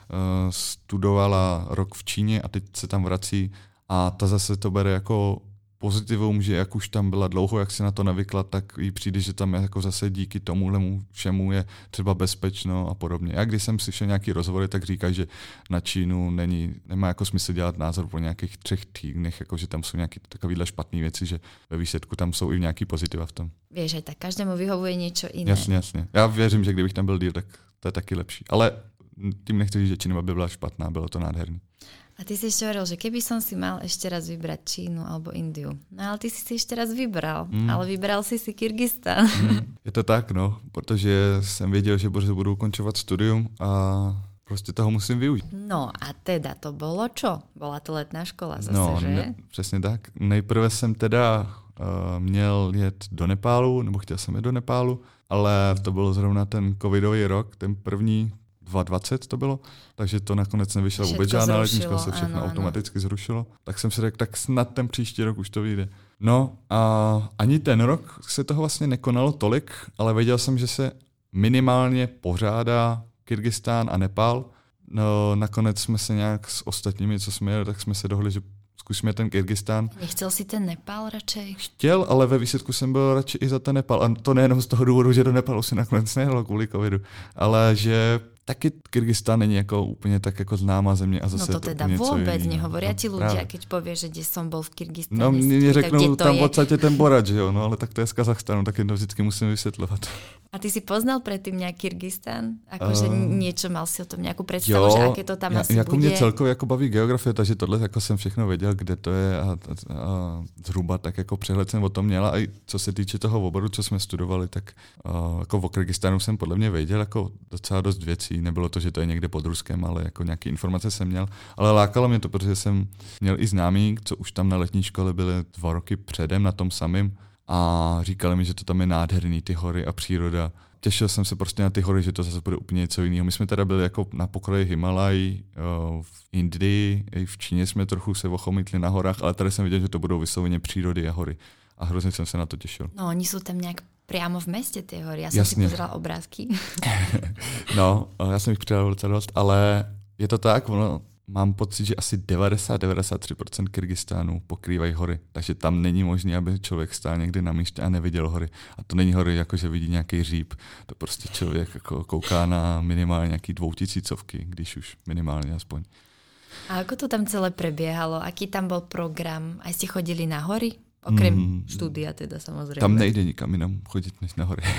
[SPEAKER 2] studovala rok v Číně a teď se tam vrací a ta zase to bere jako pozitivum, že jak už tam byla dlouho, jak se na to navykla, tak jí přijde, že tam je jako zase díky tomuhlemu všemu je třeba bezpečno a podobně. Já když jsem slyšel nějaký rozhovory, tak říkají, že na Čínu není, nemá jako smysl dělat názor po nějakých třech týdnech, jako že tam jsou nějaké takovéhle špatné věci, že ve výsledku tam jsou i nějaký pozitiva v tom.
[SPEAKER 1] Víš, že tak každému vyhovuje něco jiné.
[SPEAKER 2] Jasně, jasně. Já věřím, že kdybych tam byl díl, tak to je taky lepší. Ale tím nechci říct, že Čína by byla špatná, bylo to nádherný.
[SPEAKER 1] A ty si ešte hovoril, že keby som si mal ešte raz vybrať Čínu alebo Indiu. No ale ty si si ešte raz vybral, mm. ale vybral si si Kyrgyzstan. Mm.
[SPEAKER 2] Je to tak, no, protože jsem věděl, že brzo budu ukončovat studium a prostě toho musím využít.
[SPEAKER 1] No a teda to bolo čo? Bola to letná škola zase,
[SPEAKER 2] no,
[SPEAKER 1] že?
[SPEAKER 2] Ne, přesně tak. Nejprve jsem teda měl jet do Nepálu, nebo chtěl jsem jít do Nepálu, ale to byl zrovna ten covidový rok, ten první, dva tisíce dvacet to bylo, takže to nakonec nevyšlo vůbec žádná letnička, se všechno ano, automaticky ano. zrušilo. Tak jsem si řekl, tak snad ten příští rok už to vyjde. No a ani ten rok se toho vlastně nekonalo tolik, ale věděl jsem, že se minimálně pořádá Kyrgyzstán a Nepál. No, nakonec jsme se nějak s ostatními, co jsme jeli, tak jsme se dohodli, že zkusíme ten Kyrgyzstán.
[SPEAKER 1] Nechtěl si ten Nepál radši?
[SPEAKER 2] Chtěl, ale ve výsledku jsem byl radši i za ten Nepál. A to nejenom z toho důvodu, že do Nepálu si nakonec nejelo kvůli covidu, ale že taky Kyrgyzstán není jako úplně tak jako známá země a zase
[SPEAKER 1] no to, to teda vůbec nehovoria ti ľudia, no, keď povieš, že kde som bol v Kyrgyzstane.
[SPEAKER 2] No mě řeknou tam v podstatě ten Borat, že jo, no ale tak to je z Kazachstanu, tak to vždycky musím vysvětlovat.
[SPEAKER 1] A ty si poznal predtým nějak Kyrgyzstán? Akože uh, niečo mal si o tom nějakou představu,
[SPEAKER 2] jo,
[SPEAKER 1] že aké to tam
[SPEAKER 2] já,
[SPEAKER 1] asi
[SPEAKER 2] jako
[SPEAKER 1] bude?
[SPEAKER 2] Mě celkově jako baví geografie, takže tohle jako jsem všechno věděl, kde to je a, a, a zhruba tak jako přehled jsem o tom měla. A i co se týče toho oboru, co jsme studovali, tak uh, jako o Kyrgyzstánu jsem podle mě věděl jako docela dost věcí. Nebylo to, že to je někde pod Ruskem, ale jako nějaké informace jsem měl. Ale lákalo mě to, protože jsem měl i známí, co už tam na letní škole byli dva roky předem na tom samým a říkali mi, že to tam je nádherný, ty hory a příroda. Těšil jsem se prostě na ty hory, že to zase bude úplně něco jiného. My jsme teda byli jako na pokraji Himalaj, v Indii, i v Číně jsme trochu se ochomítli na horách, ale tady jsem viděl, že to budou vysloveně přírody a hory. A hrozně jsem se na to těšil.
[SPEAKER 1] No, oni jsou tam nějak priamo v městě ty hory. Já jsem
[SPEAKER 2] Jasně.
[SPEAKER 1] si pozeral obrázky.
[SPEAKER 2] No, já jsem jich přidal docela dost, ale je to tak, ono, mám pocit, že asi devadesát až devadesát tři procent Kyrgyzstánu pokrývají hory, takže tam není možné, aby člověk stál někde na místě a neviděl hory. A to není hory, jako že vidí nějaký říp, to prostě člověk jako kouká na minimálně nějaký dvoutisícovky, když už minimálně aspoň.
[SPEAKER 1] A ako to tam celé prebiehalo? Aký tam bol program? Aj ste chodili na hory? Okrem mm, štúdia teda samozrejme.
[SPEAKER 2] Tam nejde nikam jinam chodit než na hory.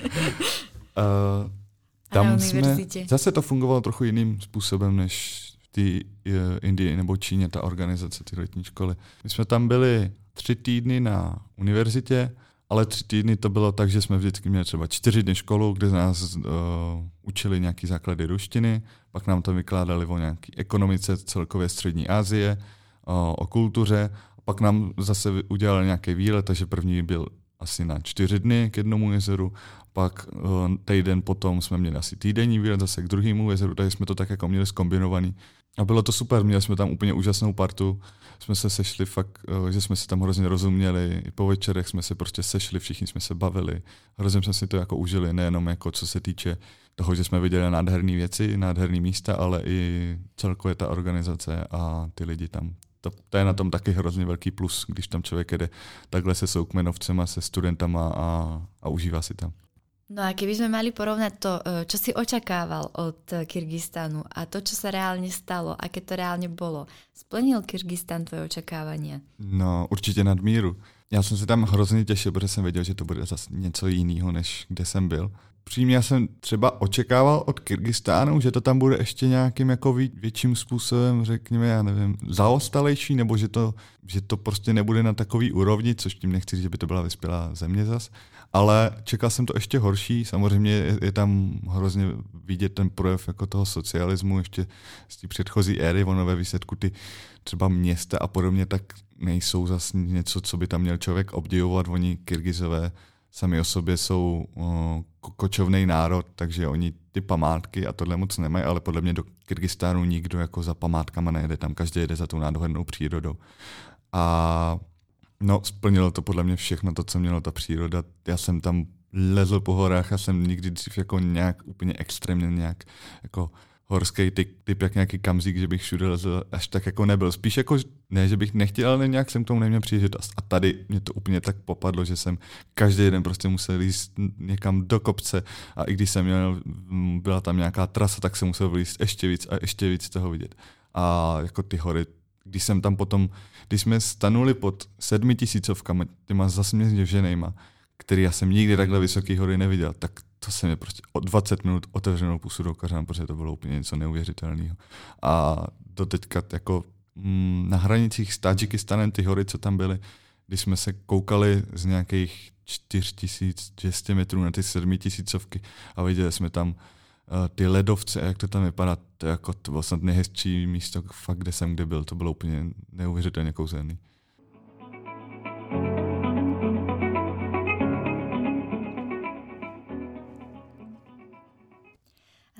[SPEAKER 2] uh, tam jsme, zase to fungovalo trochu jiným způsobem než v té Indii nebo Číně, ta organizace, ty letní školy. My jsme tam byli tři týdny na univerzitě, ale tři týdny to bylo tak, že jsme vždycky měli třeba čtyři dny školu, kde nás uh, učili nějaký základy ruštiny, pak nám to vykládali o nějaké ekonomice celkově střední Asie, uh, o kultuře, pak nám zase udělali nějaký výlet, takže první byl asi na čtyři dny k jednomu jezeru, pak uh, týden potom jsme měli asi týdenní výlet zase k druhému jezeru, takže jsme to tak jako měli zkombinovaný. A bylo to super, měli jsme tam úplně úžasnou partu, jsme se sešli fakt, že jsme si tam hrozně rozuměli, i po večerech jsme se prostě sešli, všichni jsme se bavili, hrozně jsme si to jako užili, nejenom jako co se týče toho, že jsme viděli nádherné věci, nádherné místa, ale i celkově ta organizace a ty lidi tam. To, to je na tom taky hrozně velký plus, když tam člověk jede takhle se soukmenovcema, se studentama a, a užívá si tam.
[SPEAKER 1] No a keby sme mali porovnať to, čo si očakával od Kyrgyzstanu a to, čo sa reálne stalo, aké to reálne bolo, splnil Kyrgyzstan tvoje očekávania?
[SPEAKER 2] No, určitě nadmíru. Já jsem se tam hrozně těšil, protože jsem věděl, že to bude zase něco jiného, než kde jsem byl. Přímě jsem třeba očekával od Kyrgyzstánu, že to tam bude ještě nějakým jako větším způsobem, řekněme, já nevím, zaostalejší, nebo že to, že to prostě nebude na takový úrovni, což tím nechci říct, že by to byla vyspělá země zas. Ale čekal jsem to ještě horší, samozřejmě je, je tam hrozně vidět ten projev jako toho socialismu ještě z té předchozí éry, ono ve výsledku ty třeba města a podobně tak nejsou zase něco, co by tam měl člověk obdivovat, oni Kyrgyzové sami o sobě jsou o, kočovný národ, takže oni ty památky a tohle moc nemají, ale podle mě do Kyrgyzstánu nikdo jako za památkama nejede, tam každý jede za tou nádhernou přírodou. A no, splnilo to podle mě všechno to, co mělo ta příroda. Já jsem tam lezl po horách a jsem nikdy dřív jako nějak úplně extrémně nějak jako horský typ, typ jak nějaký kamzík, že bych všude lezl, až tak jako nebyl. Spíš jako, ne, že bych nechtěl, ale nějak jsem k tomu neměl příležitost. A tady mě to úplně tak popadlo, že jsem každý den prostě musel jít někam do kopce a i když jsem měl, byla tam nějaká trasa, tak jsem musel vylízt ještě víc a ještě víc toho vidět. A jako ty hory, když jsem tam potom, když jsme stanuli pod sedmi tisícovkama, těma zasměžněnejma, který já jsem nikdy takhle vysoký hory neviděl, tak to se mi prostě o dvacet minut otevřenou pusu do kařán, protože to bylo úplně něco neuvěřitelného. A do teďka jako mm, na hranicích s Tadžikistanem ty hory, co tam byly, když jsme se koukali z nějakých čtyři tisíce dvě stě metrů na ty sedmitisícovky a viděli jsme tam uh, ty ledovce a jak to tam vypadá, to, jako, to bylo snad nejhezčí místo, fakt, kde jsem kde byl, to bylo úplně neuvěřitelně kouzelný.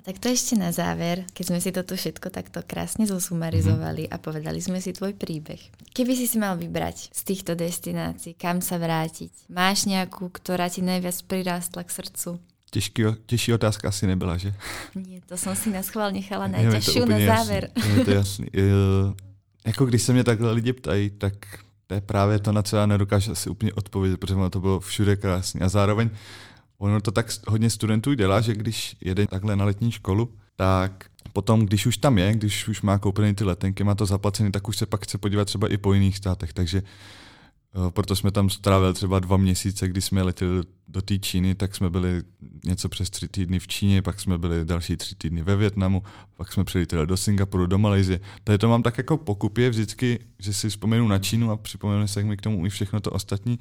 [SPEAKER 1] Tak to ešte na záver, keď sme si toto všetko takto krásne zosumarizovali mm-hmm. a povedali sme si tvoj príbeh. Keby si si mal vybrať z týchto destinácií, kam sa vrátiť, máš nejakú, ktorá ti najviac prirástla k srdcu?
[SPEAKER 2] Těžký, těžší otázka asi nebyla, že?
[SPEAKER 1] Nie, to som si na schvál nechala najťažšiu na záver.
[SPEAKER 2] Jasný, je to jasný. Je, jako když se mě takhle lidi ptají, tak to je právě to, na co já nedokážu asi úplně odpovědět, protože ono to bylo všude krásně. A zároveň ono to tak hodně studentů dělá, že když jede takhle na letní školu, tak potom, když už tam je, když už má koupený ty letenky, má to zaplacený, tak už se pak chce podívat třeba i po jiných státech. Takže proto jsme tam strávili třeba dva měsíce, když jsme letěli do té Číny, tak jsme byli něco přes tři týdny v Číně, pak jsme byli další tři týdny ve Vietnamu, pak jsme přiletěli do Singapuru, do Malajsie. Tady to mám tak jako pokupě vždycky, že si vzpomenu na Čínu a připomenu se mi k tomu i všechno to ostatní.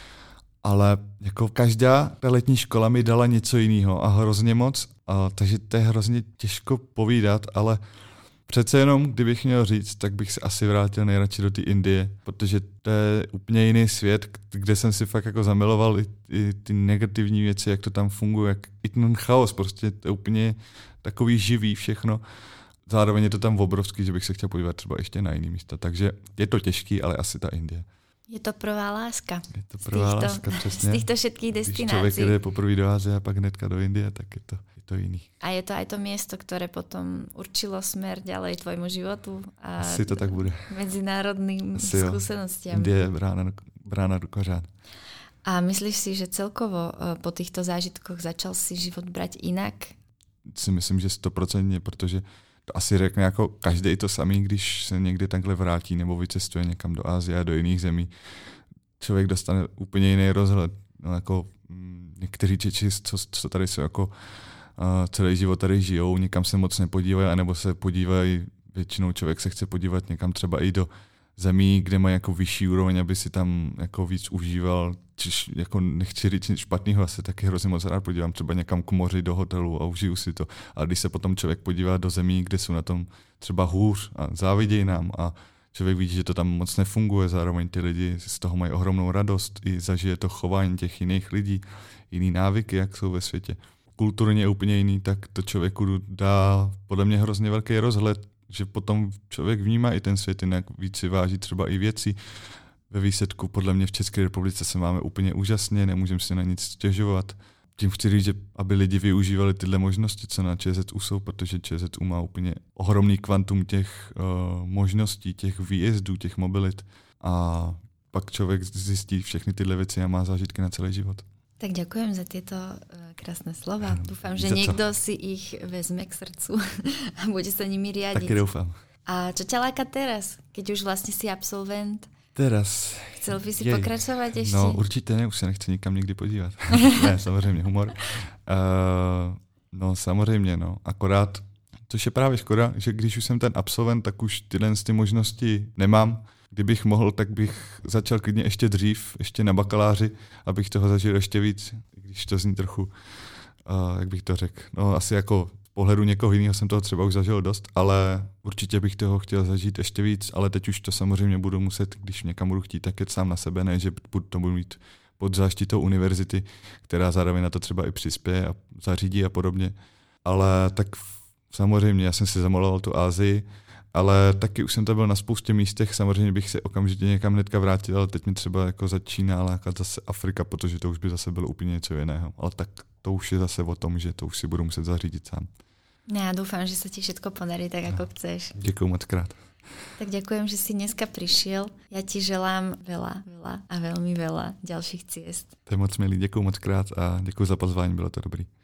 [SPEAKER 2] Ale jako každá ta letní škola mi dala něco jiného a hrozně moc, a, takže to je hrozně těžko povídat, ale přece jenom, kdybych měl říct, tak bych se asi vrátil nejradši do té Indie, protože to je úplně jiný svět, kde jsem si fakt jako zamiloval i, i ty negativní věci, jak to tam funguje, jak i ten chaos, prostě to je úplně takový živý všechno. Zároveň je to tam obrovský, že bych se chtěl podívat třeba ještě na jiný místa, takže je to těžký, ale asi ta Indie.
[SPEAKER 1] Je to prvá láska.
[SPEAKER 2] Je to prvá týchto, láska, přesně.
[SPEAKER 1] Z týchto všetkých destinácií.
[SPEAKER 2] Když člověk jde poprvé do Ázie a pak hnedka do Indie, tak je to, je to jiný.
[SPEAKER 1] A je to aj to miesto, ktoré potom určilo smer ďalej tvojmu životu a
[SPEAKER 2] asi to tak bude.
[SPEAKER 1] Medzinárodným
[SPEAKER 2] asi
[SPEAKER 1] skúsenostiam.
[SPEAKER 2] Indie je brána, brána do kořán.
[SPEAKER 1] A myslíš si, že celkovo po týchto zážitkoch začal si život brať inak?
[SPEAKER 2] Si myslím, že stoprocentně, protože to asi řekne jako každý to samý, když se někdy takhle vrátí nebo vycestuje někam do Asie a do jiných zemí. Člověk dostane úplně jiný rozhled. No, jako m, někteří Češi, co, co tady jsou jako uh, celý život tady žijou, nikam se moc nepodívají, anebo se podívají, většinou člověk se chce podívat někam třeba i do zemí, kde mají jako vyšší úroveň, aby si tam jako víc užíval. Čiž jako nechci říct nic špatného, se taky hrozně moc rád podívám třeba někam k moři, do hotelu a užiju si to. A když se potom člověk podívá do zemí, kde jsou na tom třeba hůř a závidějí nám a člověk vidí, že to tam moc nefunguje, zároveň ty lidi z toho mají ohromnou radost i zažije to chování těch jiných lidí, jiný návyky, jak jsou ve světě. Kulturně je úplně jiný, tak to člověku dá podle mě hrozně velký rozhled, že potom člověk vnímá i ten svět jinak, víc si váží třeba i věcí. Ve výsledku podle mě v České republice se máme úplně úžasně, nemůžeme si na nic stěžovat. Tím chci říct, že aby lidi využívali tyhle možnosti, co na ČZÚ jsou, protože ČZÚ má úplně ohromný kvantum těch uh, možností, těch výjezdů, těch mobilit a pak člověk zjistí všechny tyhle věci a má zážitky na celý život.
[SPEAKER 1] Tak ďakujem za tieto krásne slova. Dúfam, že niekto si ich vezme k srdcu a bude sa nimi riadiť.
[SPEAKER 2] Taky doufám.
[SPEAKER 1] A čo ťa láka teraz, keď už vlastne si absolvent?
[SPEAKER 2] Teraz.
[SPEAKER 1] Chcel by si je, pokračovať ešte?
[SPEAKER 2] No určitě ne, už se nechci nikam nikdy podívat. Ne, samozřejmě, humor. Uh, no samozřejmě, no. Akorát, což je právě škoda, že když už jsem ten absolvent, tak už tyhle ty možnosti nemám. Kdybych mohl, tak bych začal klidně ještě dřív, ještě na bakaláři, abych toho zažil ještě víc, když to zní trochu, uh, jak bych to řekl, no asi jako z pohledu někoho jiného jsem toho třeba už zažil dost, ale určitě bych toho chtěl zažít ještě víc, ale teď už to samozřejmě budu muset, když někam budu chtít, tak jet sám na sebe, ne, že to budu mít pod záštitou univerzity, která zároveň na to třeba i přispěje a zařídí a podobně, ale tak samozřejmě, já jsem si zamaloval tu Asii, ale taky už jsem tam byl na spoustě místech, samozřejmě bych se okamžitě někam hnedka vrátil, ale teď mi třeba jako začíná lákat zase Afrika, protože to už by zase bylo úplně něco jiného. Ale tak to už je zase o tom, že to už si budu muset zařídit sám.
[SPEAKER 1] Ja dúfam, že sa ti všetko podarí tak, ako chceš.
[SPEAKER 2] Děkuju moc krát.
[SPEAKER 1] Tak ďakujem, že si dneska prišiel. Ja ti želám veľa, veľa a veľmi veľa ďalších ciest.
[SPEAKER 2] To je moc milý, děkuju moc krát a děkuju za pozvání, bylo to dobrý.